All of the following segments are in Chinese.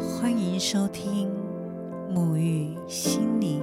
欢迎收听沐浴心灵。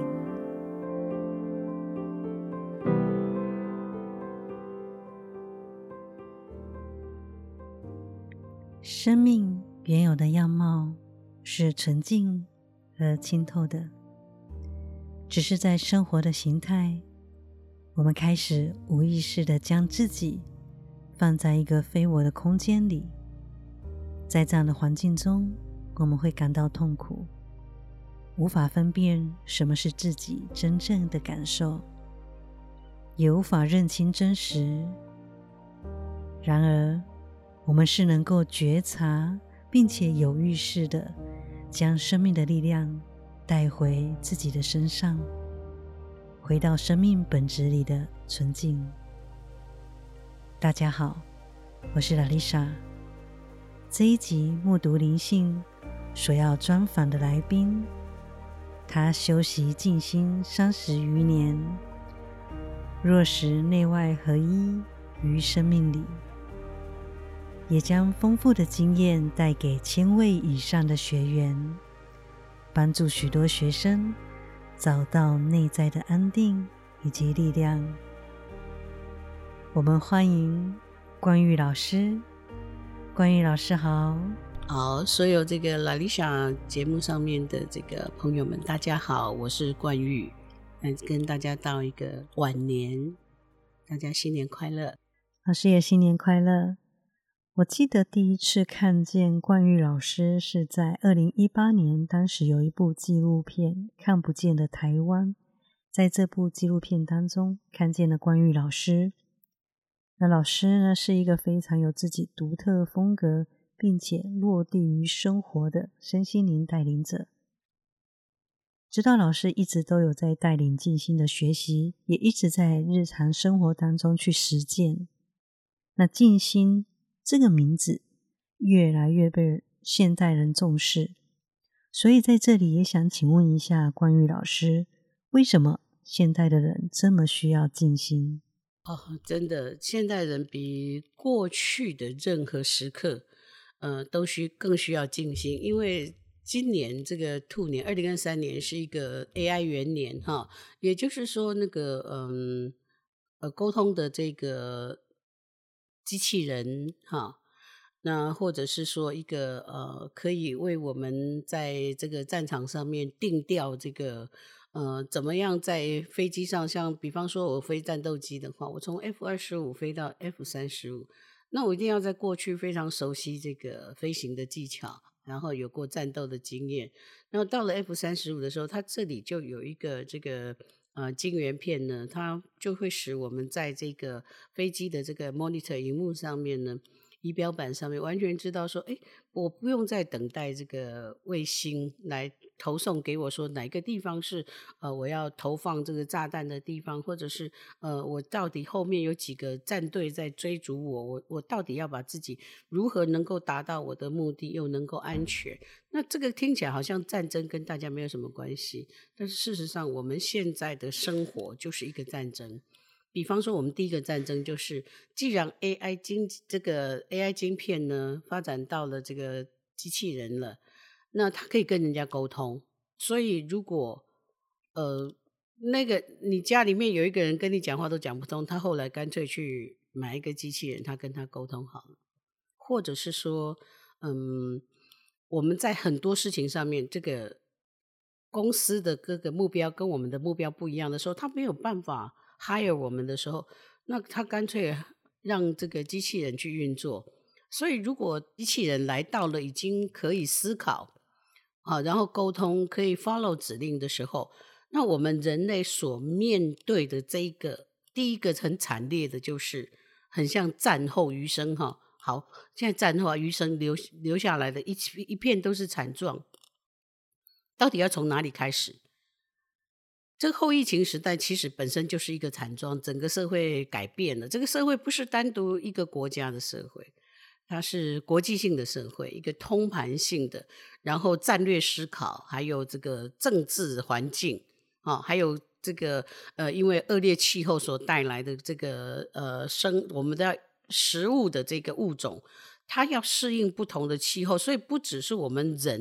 生命原有的样貌是纯净而清透的，只是在生活的形态，我们开始无意识地将自己放在一个非我的空间里。在这样的环境中，我们会感到痛苦，无法分辨什么是自己真正的感受，也无法认清真实。然而，我们是能够觉察并且有意识地将生命的力量带回自己的身上，回到生命本质里的纯净。大家好，我是拉丽莎。这一集目读灵性所要专访的来宾，他修习静心30余年，落实内外合一于生命里，也将丰富的经验带给1000位以上的学员，帮助许多学生找到内在的安定以及力量。我们欢迎冠玉老师。冠玉老师好。 好，所有这个拉丽莎节目上面的这个朋友们，大家好，我是冠玉，跟大家道一个晚年，大家新年快乐。 老师也新年快乐。我记得第一次看见冠玉老师是在2018年，当时有一部纪录片《看不见的台湾》，在这部纪录片当中看见了冠玉老师。那老师呢，是一个非常有自己独特风格并且落地于生活的身心灵带领者。知道老师一直都有在带领静心的学习，也一直在日常生活当中去实践。那静心这个名字越来越被现代人重视，所以在这里也想请问一下冠玉老师，为什么现代的人这么需要静心？ 真的，现代人比过去的任何时刻都更需要静心，因为今年这个兔年2023年是一个 AI 元年哈，也就是说那个沟通的这个机器人哈，那或者是说一个可以为我们在这个战场上面定调这个怎么样在飞机上，像比方说我飞战斗机的话，我从 F-25 飞到 F-35，那我一定要在过去非常熟悉这个飞行的技巧，然后有过战斗的经验。然后到了 F-35 的时候，它这里就有一个这个晶圆片呢，它就会使我们在这个飞机的这个 monitor 荧幕上面呢，仪表板上面完全知道说，我不用再等待这个卫星来投送给我说哪个地方是我要投放这个炸弹的地方，或者是我到底后面有几个战队在追逐我到底要把自己如何能够达到我的目的又能够安全。那这个听起来好像战争跟大家没有什么关系，但是事实上我们现在的生活就是一个战争。比方说我们第一个战争就是，既然 这个 AI 晶片呢发展到了这个机器人了，那它可以跟人家沟通，所以如果那个你家里面有一个人跟你讲话都讲不通，他后来干脆去买一个机器人，他跟他沟通好了。或者是说我们在很多事情上面，这个公司的各个目标跟我们的目标不一样的时候，他没有办法 hire 我们的时候，那他干脆让这个机器人去运作。所以如果机器人来到了已经可以思考然后沟通可以 follow 指令的时候，那我们人类所面对的这一个第一个很惨烈的就是很像战后余生哈。好，现在战后余生留下来的一片都是惨状，到底要从哪里开始？这个后疫情时代其实本身就是一个惨状，整个社会改变了。这个社会不是单独一个国家的社会，它是国际性的社会，一个通盘性的，然后战略思考，还有这个政治环境还有这个因为恶劣气候所带来的这个我们的食物的这个物种，它要适应不同的气候，所以不只是我们人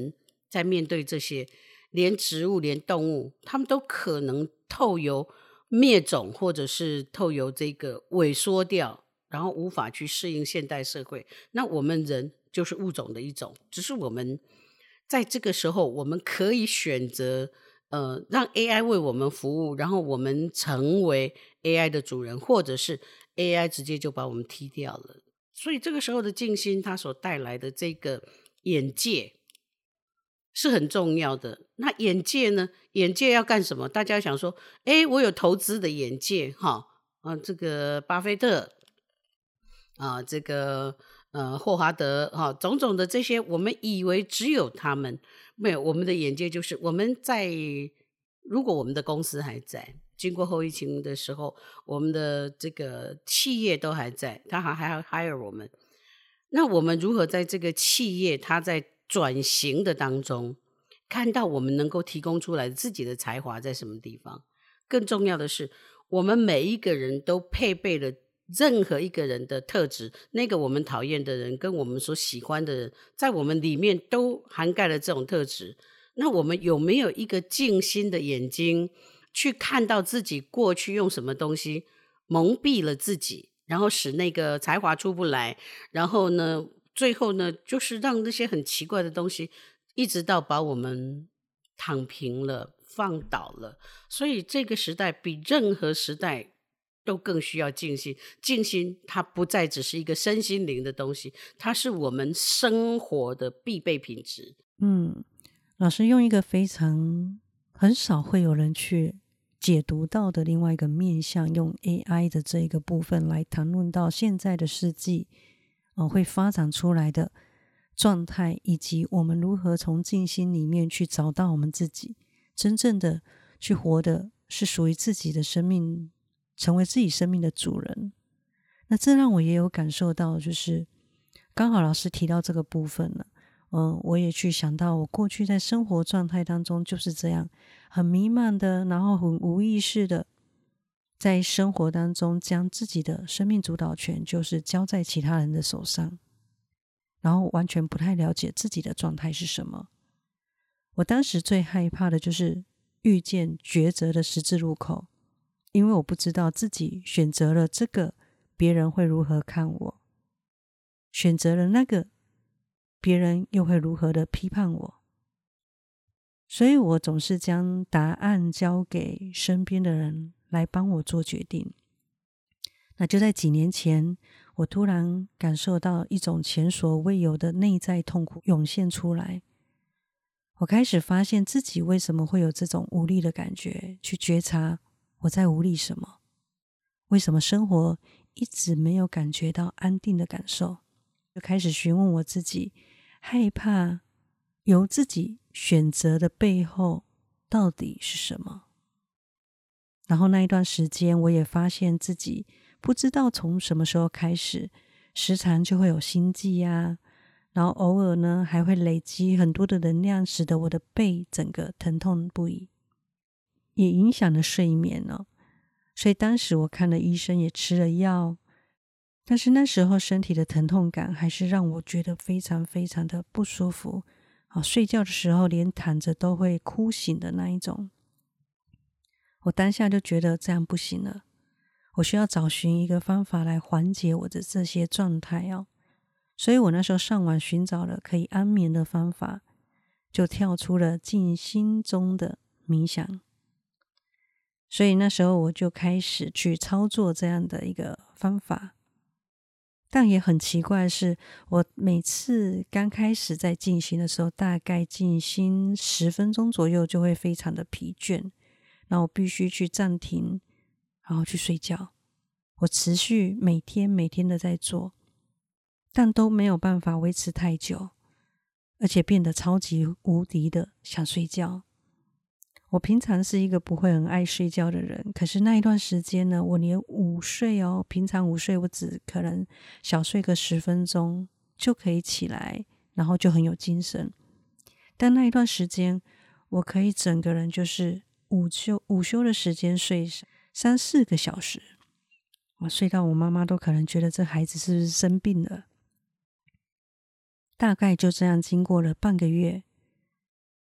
在面对这些，连植物连动物，它们都可能透由灭种，或者是透由这个萎缩掉，然后无法去适应现代社会。那我们人就是物种的一种，只是我们在这个时候，我们可以选择让 AI 为我们服务，然后我们成为 AI 的主人，或者是 AI 直接就把我们踢掉了。所以这个时候的静心，它所带来的这个眼界是很重要的。那眼界呢？眼界要干什么？大家想说，我有投资的眼界，哈，这个巴菲特啊，这个霍华德哈，种种的这些，我们以为只有他们没有。我们的眼界就是我们在，如果我们的公司还在，经过后疫情的时候，我们的这个企业都还在，他还要 hire 我们。那我们如何在这个企业它在转型的当中，看到我们能够提供出来自己的才华在什么地方？更重要的是，我们每一个人都配备了任何一个人的特质，那个我们讨厌的人跟我们所喜欢的人，在我们里面都涵盖了这种特质。那我们有没有一个静心的眼睛，去看到自己过去用什么东西蒙蔽了自己，然后使那个才华出不来，然后呢，最后呢，就是让那些很奇怪的东西，一直到把我们躺平了、放倒了。所以这个时代比任何时代都更需要静心。静心它不再只是一个身心灵的东西，它是我们生活的必备品质。 老师用一个很少会有人去解读到的另外一个面向，用 AI 的这一个部分来谈论到现在的世纪会发展出来的状态，以及我们如何从静心里面去找到我们自己，真正的去活的是属于自己的生命，成为自己生命的主人。那这让我也有感受到，就是刚好老师提到这个部分了。我也去想到我过去在生活状态当中就是这样，很弥漫的，然后很无意识的在生活当中将自己的生命主导权就是交在其他人的手上，然后完全不太了解自己的状态是什么。我当时最害怕的就是遇见抉择的十字路口，因为我不知道自己选择了这个，别人会如何看我，选择了那个，别人又会如何的批判我。所以我总是将答案交给身边的人来帮我做决定。那就在几年前，我突然感受到一种前所未有的内在痛苦涌现出来。我开始发现自己为什么会有这种无力的感觉，去觉察我在无力什么，为什么生活一直没有感觉到安定的感受。就开始询问我自己，害怕由自己选择的背后到底是什么。然后那一段时间，我也发现自己不知道从什么时候开始，时常就会有心悸啊，然后偶尔呢还会累积很多的能量，使得我的背整个疼痛不已，也影响了睡眠哦。所以当时我看了医生，也吃了药，但是那时候身体的疼痛感还是让我觉得非常非常的不舒服，睡觉的时候连躺着都会哭醒的那一种。我当下就觉得这样不行了，我需要找寻一个方法来缓解我的这些状态哦。所以我那时候上网寻找了可以安眠的方法，就跳出了静心中的冥想。所以那时候我就开始去操作这样的一个方法。但也很奇怪的是，我每次刚开始在进行的时候，大概静心10分钟左右就会非常的疲倦，然后我必须去暂停，然后去睡觉。我持续每天的在做，但都没有办法维持太久，而且变得超级无敌的想睡觉。我平常是一个不会很爱睡觉的人，可是那一段时间呢，我连午睡平常午睡我只可能小睡个10分钟就可以起来，然后就很有精神。但那一段时间，我可以整个人就是午休的时间睡3-4个小时，我睡到我妈妈都可能觉得这孩子是不是生病了。大概就这样经过了半个月，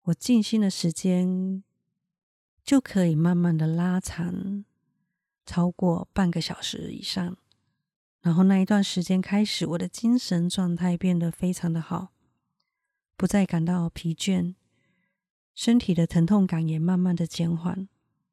我静心的时间就可以慢慢的拉长，超过半个小时以上。然后那一段时间开始，我的精神状态变得非常的好，不再感到疲倦，身体的疼痛感也慢慢的减缓。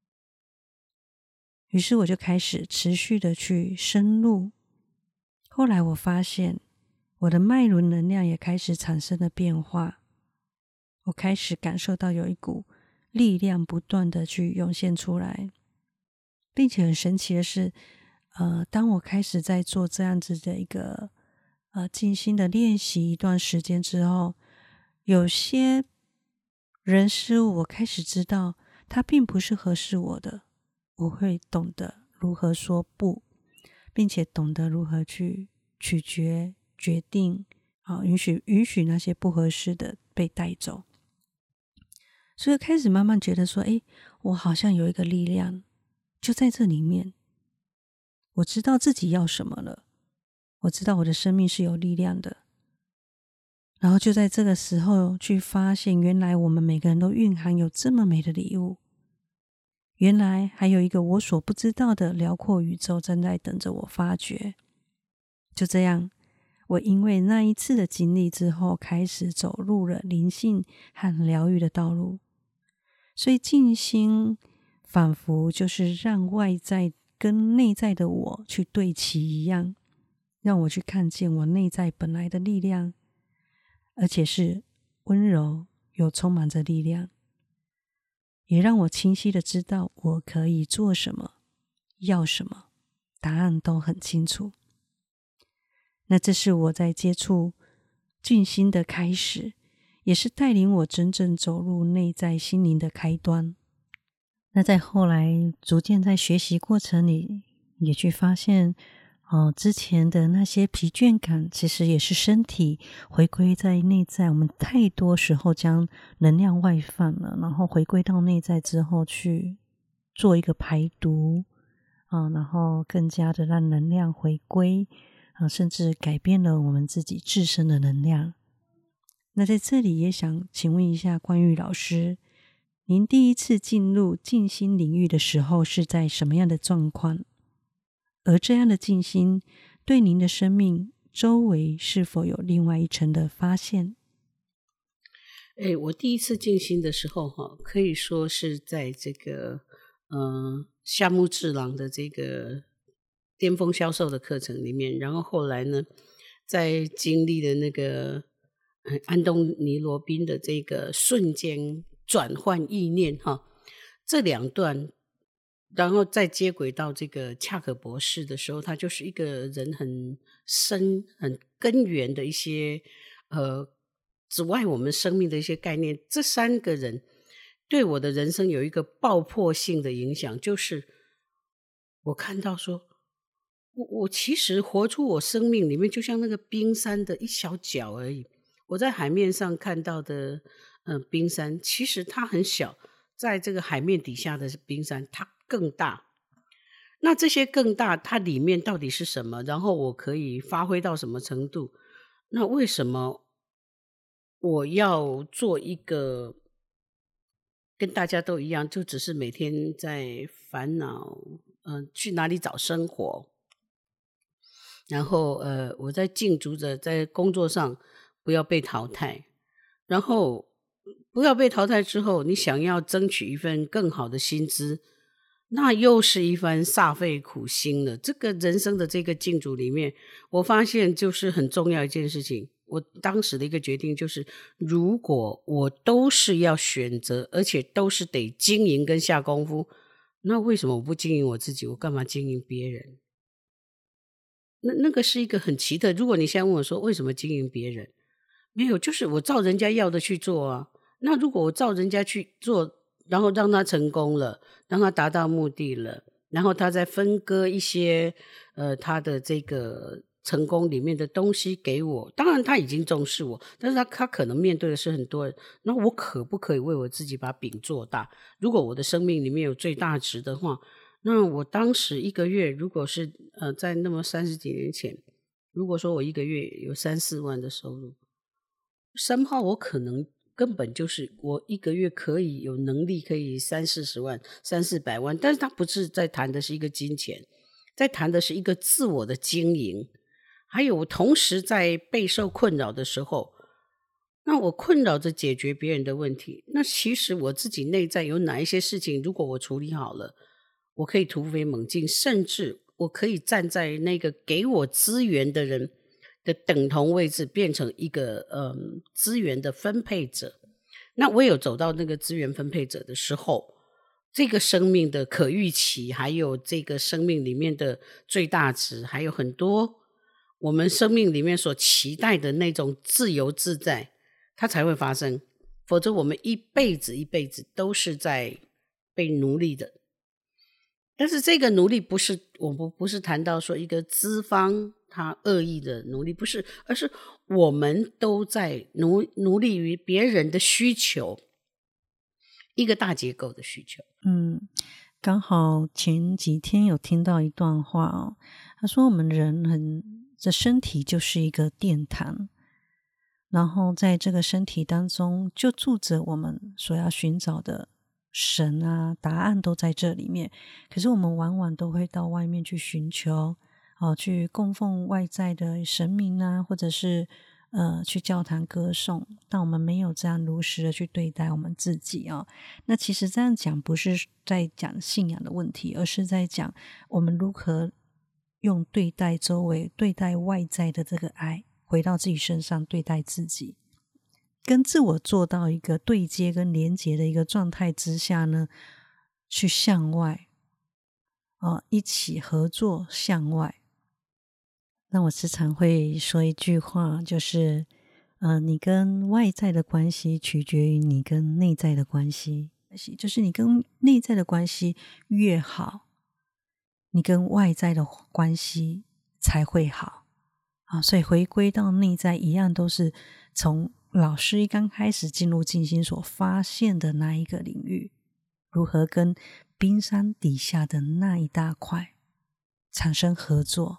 于是我就开始持续的去深入。后来我发现我的脉轮能量也开始产生了变化，我开始感受到有一股力量不断的去涌现出来，并且很神奇的是，当我开始在做这样子的一个静心的练习一段时间之后，有些人事物我开始知道它并不是合适我的，我会懂得如何说不，并且懂得如何去取决决定，允许那些不合适的被带走。所以开始慢慢觉得说，我好像有一个力量就在这里面，我知道自己要什么了，我知道我的生命是有力量的。然后就在这个时候去发现，原来我们每个人都蕴含有这么美的礼物，原来还有一个我所不知道的辽阔宇宙正在等着我发掘。就这样，我因为那一次的经历之后，开始走入了灵性和疗愈的道路。所以静心仿佛就是让外在跟内在的我去对齐一样，让我去看见我内在本来的力量，而且是温柔又充满着力量，也让我清晰的知道我可以做什么，要什么，答案都很清楚。那这是我在接触静心的开始，也是带领我真正走入内在心灵的开端。那在后来逐渐在学习过程里，也去发现之前的那些疲倦感其实也是身体回归在内在，我们太多时候将能量外放了，然后回归到内在之后去做一个排毒然后更加的让能量回归甚至改变了我们自己自身的能量。那在这里也想请问一下冠玉老师，您第一次进入静心领域的时候是在什么样的状况？而这样的静心对您的生命周围是否有另外一层的发现？ 我第一次静心的时候可以说是在这个夏目智郎的这个巅峰销售的课程里面，然后后来呢在经历了那个安东尼罗宾的这个瞬间转换意念这两段，然后再接轨到这个恰可博士的时候，他就是一个人很深很根源的一些阻碍我们生命的一些概念。这三个人对我的人生有一个爆破性的影响，就是我看到说我其实活出我生命里面就像那个冰山的一小角而已。我在海面上看到的冰山其实它很小，在这个海面底下的冰山它更大。那这些更大它里面到底是什么，然后我可以发挥到什么程度，那为什么我要做一个跟大家都一样，就只是每天在烦恼去哪里找生活，然后我在竞逐着在工作上不要被淘汰，然后不要被淘汰之后，你想要争取一份更好的薪资，那又是一番煞费苦心了。这个人生的这个竞逐里面，我发现就是很重要一件事情。我当时的一个决定就是，如果我都是要选择，而且都是得经营跟下功夫，那为什么我不经营我自己？我干嘛经营别人？那个是一个很奇特。如果你现在问我说为什么经营别人，没有，就是我照人家要的去做啊。那如果我照人家去做，然后让他成功了，让他达到目的了，然后他再分割一些他的这个成功里面的东西给我，当然他已经重视我，但是他可能面对的是很多人，那我可不可以为我自己把饼做大？如果我的生命里面有最大值的话，那我当时一个月如果是在那么30几年前，如果说我一个月有3-4万的收入，somehow我可能根本就是我一个月可以有能力可以30-40万、300-400万，但是他不是在谈的是一个金钱，在谈的是一个自我的经营。还有我同时在备受困扰的时候，那我困扰着解决别人的问题，那其实我自己内在有哪一些事情，如果我处理好了，我可以突飞猛进，甚至我可以站在那个给我资源的人的等同位置，变成一个资源的分配者。那我有走到那个资源分配者的时候，这个生命的可预期，还有这个生命里面的最大值，还有很多我们生命里面所期待的那种自由自在，它才会发生。否则我们一辈子都是在被奴隶的。但是这个奴隶我们不是谈到说一个资方他恶意的奴隶，不是，而是我们都在奴隶于别人的需求，一个大结构的需求。 刚好前几天有听到一段话哦，他说我们人的身体就是一个殿堂，然后在这个身体当中就住着我们所要寻找的神啊，答案都在这里面。可是我们往往都会到外面去寻求去供奉外在的神明啊，或者是去教堂歌颂，但我们没有这样如实的去对待我们自己那其实这样讲不是在讲信仰的问题，而是在讲我们如何用对待周围、对待外在的这个爱，回到自己身上对待自己，跟自我做到一个对接跟连结的一个状态之下呢，去向外一起合作向外。那我时常会说一句话，就是你跟外在的关系取决于你跟内在的关系，就是你跟内在的关系越好，你跟外在的关系才会好所以回归到内在一样，都是从老师一刚开始进入静心所发现的那一个领域，如何跟冰山底下的那一大块产生合作。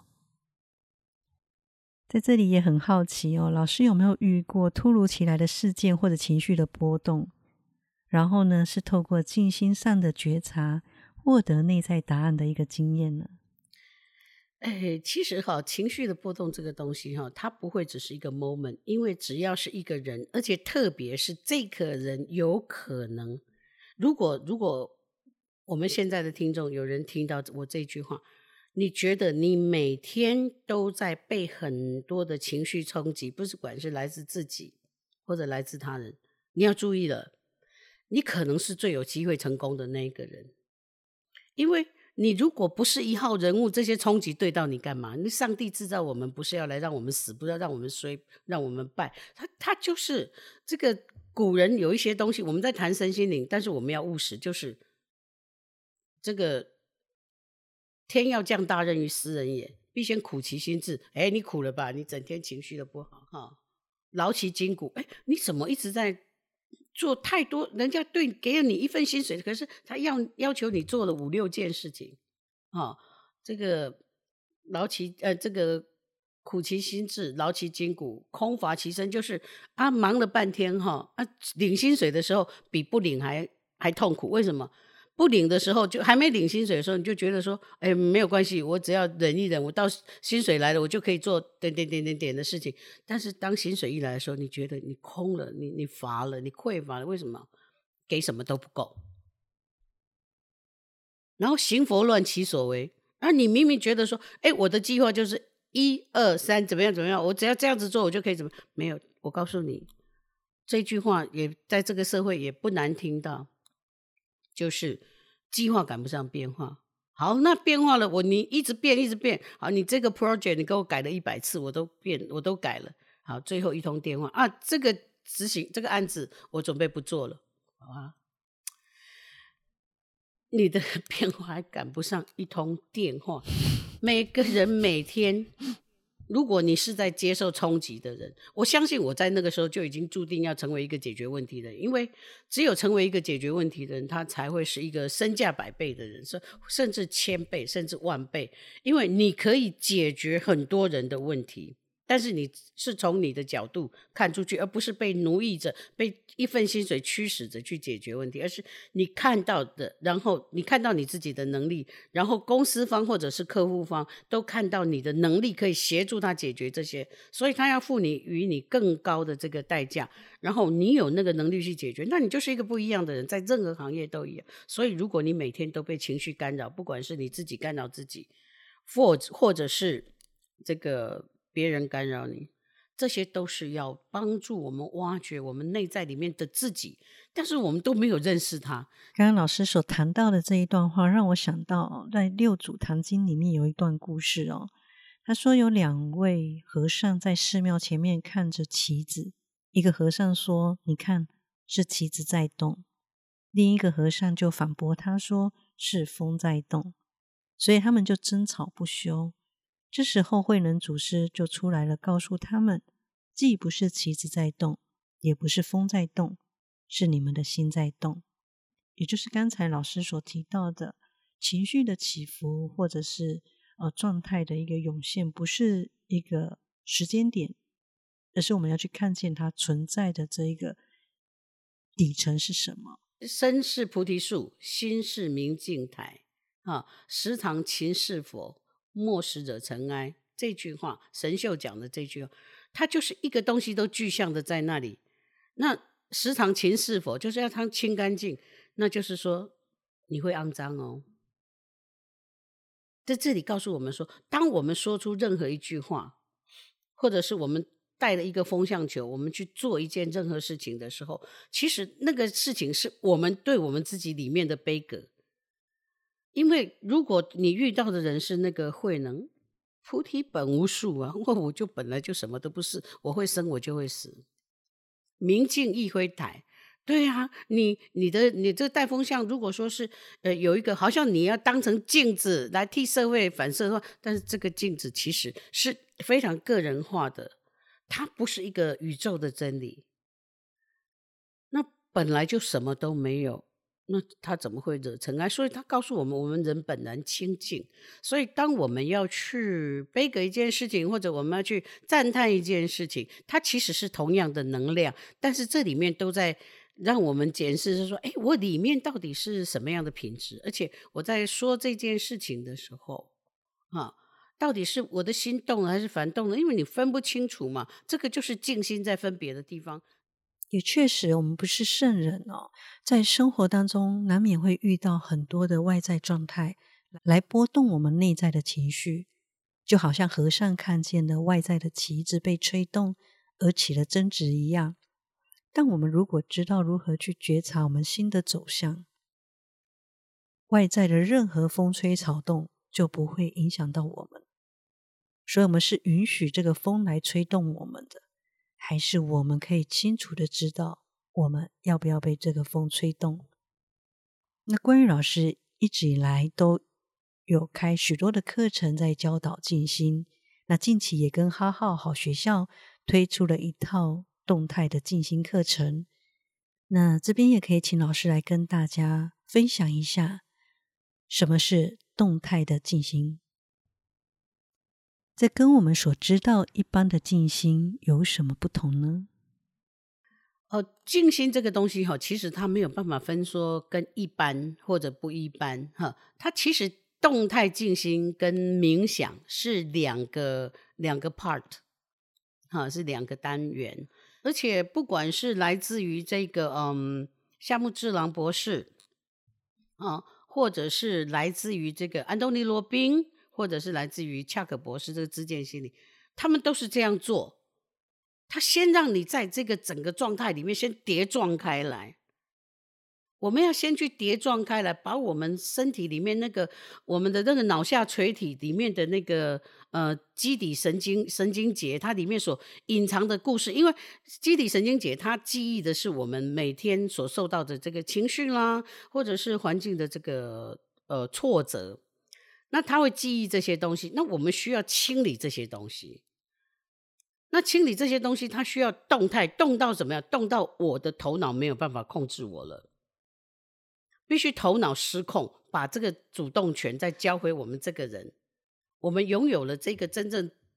在这里也很好奇老师有没有遇过突如其来的事件或者情绪的波动，然后呢是透过静心上的觉察获得内在答案的一个经验呢？ 其实情绪的波动这个东西它不会只是一个 moment， 因为只要是一个人，而且特别是这个人有可能，如果我们现在的听众有人听到我这句话，你觉得你每天都在被很多的情绪冲击，不管是来自自己或者来自他人，你要注意了，你可能是最有机会成功的那一个人。因为你如果不是一号人物，这些冲击对到你干嘛？上帝制造我们不是要来让我们死，不是要让我们衰，让我们败，他就是这个古人有一些东西，我们在谈身心灵，但是我们要务实，就是这个天要降大任于斯人也，必先苦其心志。你苦了吧？你整天情绪都不好劳其筋骨。你怎么一直在做太多？人家给了你一份薪水，可是他要求你做了5-6件事情这个这个苦其心志，劳其筋骨，空乏其身，就是忙了半天领薪水的时候比不领还痛苦。为什么？不领的时候，就还没领薪水的时候，你就觉得说没有关系，我只要忍一忍，我到薪水来了我就可以做点的事情。但是当薪水一来的时候，你觉得你空了，你乏了，你匮乏了。为什么？给什么都不够，然后行佛乱其所为。你明明觉得说我的计划就是1、2、3怎么样，我只要这样子做我就可以怎么，没有。我告诉你，这句话也在这个社会也不难听到，就是计划赶不上变化。好，那变化了，你一直变，好，你这个 project 你给我改了100次，我都改了。好，最后一通电话这个执行这个案子我准备不做了。好你的变化还赶不上一通电话。每个人每天，如果你是在接受冲击的人，我相信我在那个时候就已经注定要成为一个解决问题的人，因为只有成为一个解决问题的人，他才会是一个身价100倍的人，甚至1000倍甚至10000倍，因为你可以解决很多人的问题， 但是你是从你的角度看出去，而不是被奴役着，被一份薪水驱使着去解决问题，而是你看到的，然后你看到你自己的能力，然后公司方或者是客户方都看到你的能力可以协助他解决这些，所以他要付你与你更高的这个代价，然后你有那个能力去解决，那你就是一个不一样的人，在任何行业都一样。所以如果你每天都被情绪干扰，不管是你自己干扰自己，或者是这个别人干扰你，这些都是要帮助我们挖掘我们内在里面的自己，但是我们都没有认识它。 刚刚老师所谈到的这一段话，让我想到在六祖坛经里面有一段故事哦。他说有2位和尚在寺庙前面看着旗子，一个和尚说：“你看，是旗子在动。”另一个和尚就反驳他说：“是风在动。”所以他们就争吵不休。这时候慧能祖师就出来了，告诉他们，既不是旗子在动，也不是风在动，是你们的心在动。也就是刚才老师所提到的情绪的起伏，或者是状态的一个涌现，不是一个时间点，而是我们要去看见它存在的这一个底层是什么。 身是菩提树，心是明镜台，时常勤是佛，莫使惹尘埃。这句话神秀讲的这句话，它就是一个东西都具象的在那里。那时常勤是佛，就是要它清干净，那就是说你会肮脏哦。在这里告诉我们说，当我们说出任何一句话，或者是我们带了一个风向球，我们去做一件任何事情的时候，其实那个事情是我们对我们自己里面的悲歌。因为如果你遇到的人是那个慧能，菩提本无树啊，我就本来就什么都不是，我会生我就会死，明镜亦非台。对啊，你这带风向，如果说是有一个好像你要当成镜子来替社会反射的话，但是这个镜子其实是非常个人化的，它不是一个宇宙的真理。那本来就什么都没有，那他怎么会惹尘埃？所以他告诉我们，我们人本来清净。所以当我们要去悲歌一件事情，或者我们要去赞叹一件事情，它其实是同样的能量，但是这里面都在让我们检视，是说，哎，我里面到底是什么样的品质？而且我在说这件事情的时候，到底是我的心动了还是反动了？因为你分不清楚嘛，这个就是静心在分别的地方。 也确实，我们不是圣人哦，在生活当中难免会遇到很多的外在状态来波动我们内在的情绪，就好像和尚看见的外在的旗子被吹动而起了争执一样。但我们如果知道如何去觉察我们心的走向，外在的任何风吹草动就不会影响到我们。所以我们是允许这个风来吹动我们的，还是我们可以清楚的知道我们要不要被这个风吹动？那关于老师一直以来都有开许多的课程在教导静心，那近期也跟哈号好学校推出了一套动态的静心课程。那这边也可以请老师来跟大家分享一下，什么是动态的静心？这跟我们所知道一般的静心有什么不同呢？ 静心这个东西其实它没有办法分说跟一般或者不一般它其实动态静心跟冥想是两个 part 是2个单元，而且不管是来自于这个夏目智郎博士或者是来自于这个安东尼罗宾，或者是来自于恰可博士这个知见心理，他们都是这样做。他先让你在这个整个状态里面先叠撞开来，我们要先去叠撞开来，把我们身体里面我们的那个脑下垂体里面的那个基底神经节，它里面所隐藏的故事。因为基底神经节它记忆的是我们每天所受到的这个情绪啦，或者是环境的这个挫折，那它会记忆这些东西，那我们需要清理这些东西。那清理这些东西它需要动态，动到什么样？动到我的头脑没有办法控制我了，必须头脑失控，把这个主动权再交回我们这个人，我们拥有了这个真正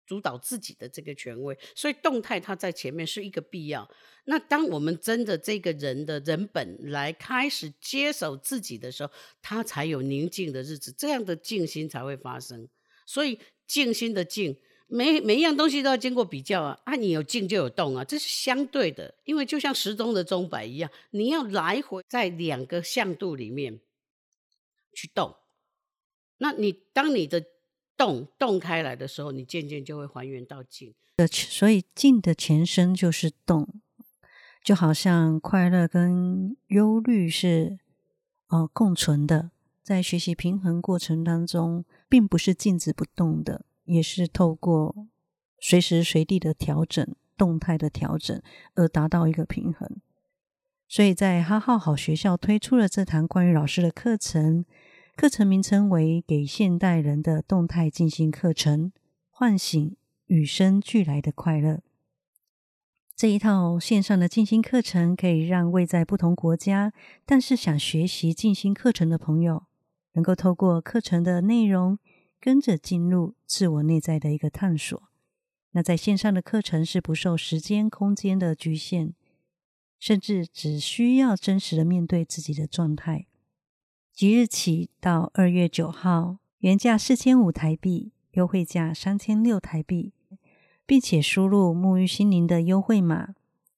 主导自己的这个权威，所以动态它在前面是一个必要。那当我们真的这个人的人本来开始接手自己的时候，他才有宁静的日子，这样的静心才会发生。所以静心的静，每一样东西都要经过比较啊，你有静就有动啊，这是相对的，因为就像时钟的钟摆一样，你要来回在两个向度里面去动。那当你的动开来的时候，你渐渐就会还原到静。 所以静的前身就是动，就好像快乐跟忧虑是共存的，在学习平衡过程当中，并不是静止不动的，也是透过随时随地的调整，动态的调整而达到一个平衡。所以在哈号好学校推出了这堂关于老师的课程，课程名称为给现代人的动态静心课程，唤醒与生俱来的快乐。这一套线上的静心课程可以让位在不同国家但是想学习静心课程的朋友，能够透过课程的内容跟着进入自我内在的一个探索。那在线上的课程是不受时间空间的局限，甚至只需要真实的面对自己的状态。即日起到2月9号，原价4500台币，优惠价3600台币，并且输入沐浴心灵的优惠码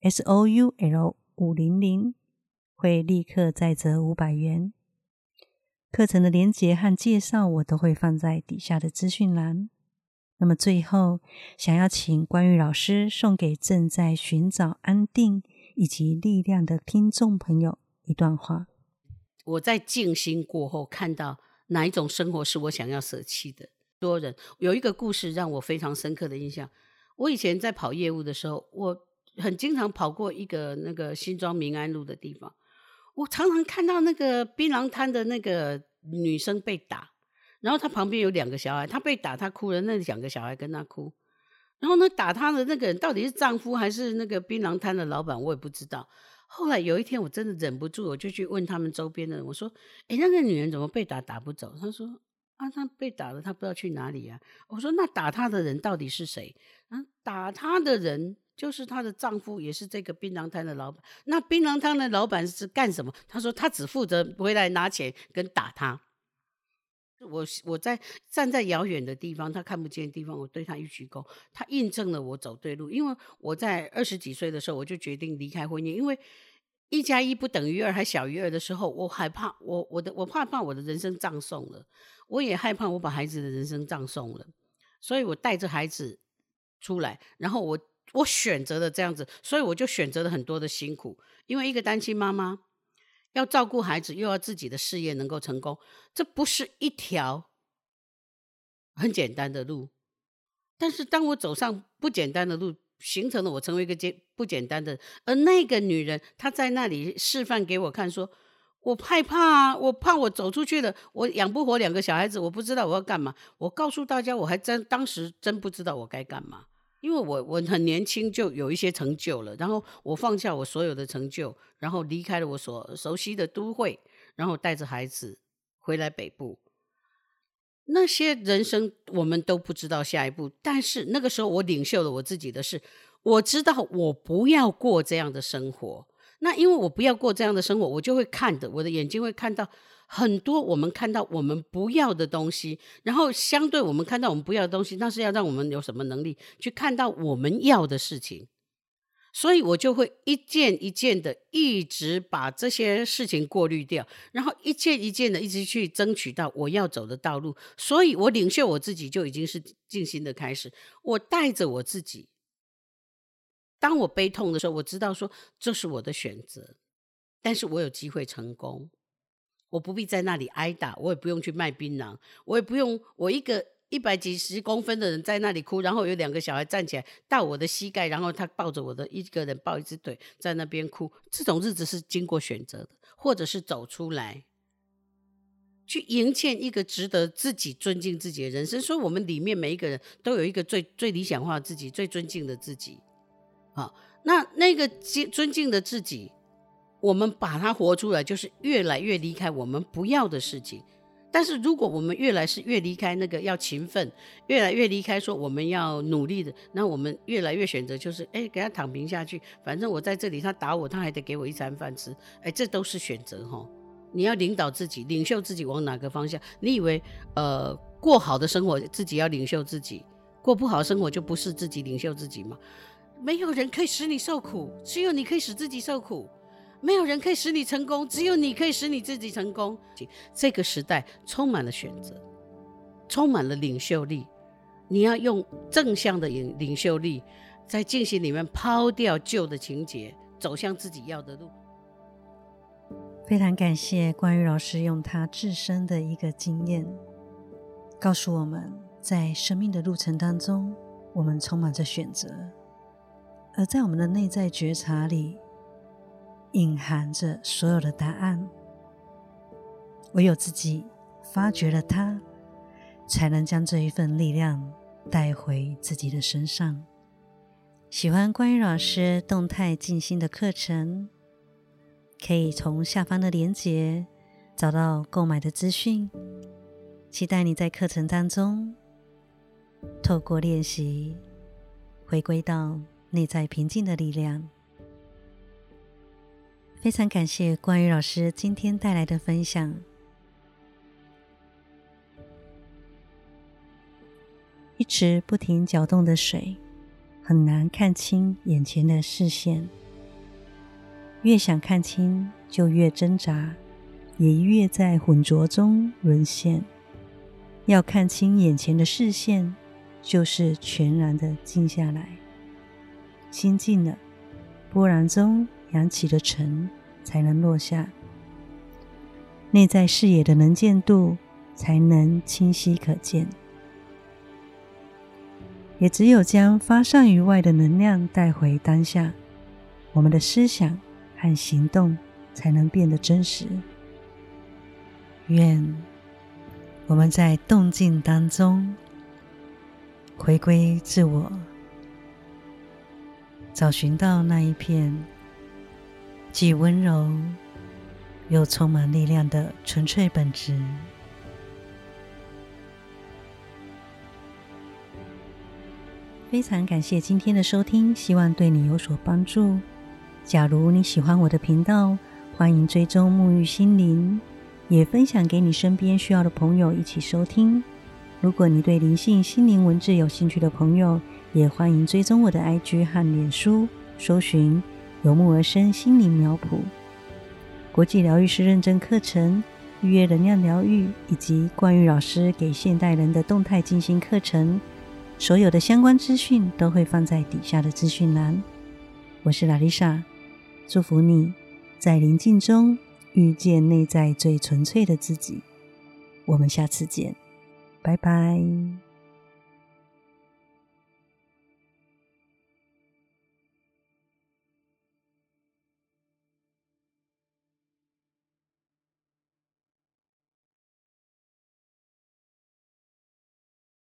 SOUL500， 会立刻再折500元。课程的连结和介绍我都会放在底下的资讯栏。那么最后，想要请关于老师送给正在寻找安定以及力量的听众朋友一段话。 我在静心过后看到哪一种生活是我想要舍弃的。多人有一个故事让我非常深刻的印象。我以前在跑业务的时候，我很经常跑过一个那个新庄民安路的地方，我常常看到那个槟榔摊的那个女生被打，然后她旁边有2个小孩，她被打她哭了，那2个小孩跟她哭，然后呢打她的那个人到底是丈夫还是那个槟榔摊的老板我也不知道。后来有一天我真的忍不住，我就去问他们周边的人，我说那个女人怎么被打打不走？他说她被打了，她不知道去哪里啊。我说那打她的人到底是谁？打她的人就是她的丈夫，也是这个槟榔摊的老板。那槟榔摊的老板是干什么？他说他只负责回来拿钱跟打他。我站在遥远的地方，他看不见的地方，我对他一鞠躬，他印证了我走对路。因为我在20几岁的时候，我就决定离开婚姻，因为1+1不等于2还小于2的时候，我害怕我怕我的人生葬送了，我也害怕我把孩子的人生葬送了，所以我带着孩子出来，然后我选择了这样子，所以我就选择了很多的辛苦，因为一个单亲妈妈要照顾孩子，又要自己的事业能够成功，这不是一条很简单的路。但是当我走上不简单的路，形成了我成为一个不简单的，而那个女人她在那里示范给我看，说我害怕啊，我怕我走出去了，我养不活2个小孩子，我不知道我要干嘛。我告诉大家，我还当时真不知道我该干嘛。因为我很年轻就有一些成就了，然后我放下我所有的成就，然后离开了我所熟悉的都会，然后带着孩子回来北部。那些人生我们都不知道下一步，但是那个时候我领袖了我自己的事，我知道我不要过这样的生活。那因为我不要过这样的生活，我就会我的眼睛会看到很多我们看到我们不要的东西，然后相对我们看到我们不要的东西，那是要让我们有什么能力去看到我们要的事情。所以我就会一件一件的一直把这些事情过滤掉，然后一件一件的一直去争取到我要走的道路。所以我领袖我自己就已经是静心的开始，我带着我自己，当我悲痛的时候，我知道说这是我的选择，但是我有机会成功，我不必在那里挨打，我也不用去卖槟榔，我也不用我一个100几十公分的人在那里哭，然后有2个小孩站起来到我的膝盖，然后他抱着我的一个人抱一只腿在那边哭。这种日子是经过选择的，或者是走出来去迎接一个值得自己尊敬自己的人生。所以我们里面每一个人都有一个最理想化的自己，最尊敬的自己。好，那个尊敬的自己，我们把它活出来，就是越来越离开我们不要的事情。 但是如果我们越离开那个要勤奋，越来越离开说我们要努力的，那我们越来越选择就是给他躺平下去，反正我在这里他打我他还得给我一餐饭吃，这都是选择齁。你要领导自己，领袖自己往哪个方向。你以为过好的生活自己要领袖自己，过不好的生活就不是自己领袖自己吗？没有人可以使你受苦，只有你可以使自己受苦。没有人可以使你成功，只有你可以使你自己成功。这个时代充满了选择，充满了领袖力，你要用正向的领袖力，在进行里面抛掉旧的情节，走向自己要的路。 非常感谢冠玉老师用他自身的一个经验告诉我们，在生命的路程当中，我们充满着选择，而在我们的内在觉察里隐含着所有的答案，唯有自己发掘了它，才能将这一份力量带回自己的身上。喜欢冠玉老师动态静心的课程，可以从下方的连结找到购买的资讯。期待你在课程当中透过练习回归到内在平静的力量。非常感谢冠玉老师今天带来的分享。一直不停搅动的水，很难看清眼前的视线。越想看清，就越挣扎，也越在浑浊中沦陷。要看清眼前的视线，就是全然的静下来。心静了，波澜中扬起的尘才能落下，内在视野的能见度才能清晰可见。也只有将发散于外的能量带回当下，我们的思想和行动才能变得真实。愿我们在动静当中回归自我，找寻到那一片既温柔又充满力量的纯粹本质。非常感谢今天的收听，希望对你有所帮助。假如你喜欢我的频道，欢迎追踪沐浴心灵，也分享给你身边需要的朋友一起收听。如果你对灵性心灵文字有兴趣的朋友，也欢迎追踪我的 IG 和脸书，搜寻由木而生心灵苗圃、国际疗愈师认证课程、预约能量疗愈以及冠玉老师给现代人的动态静心课程。所有的相关资讯都会放在底下的资讯栏。我是拉丽莎，祝福你在宁静中遇见内在最纯粹的自己。我们下次见，拜拜。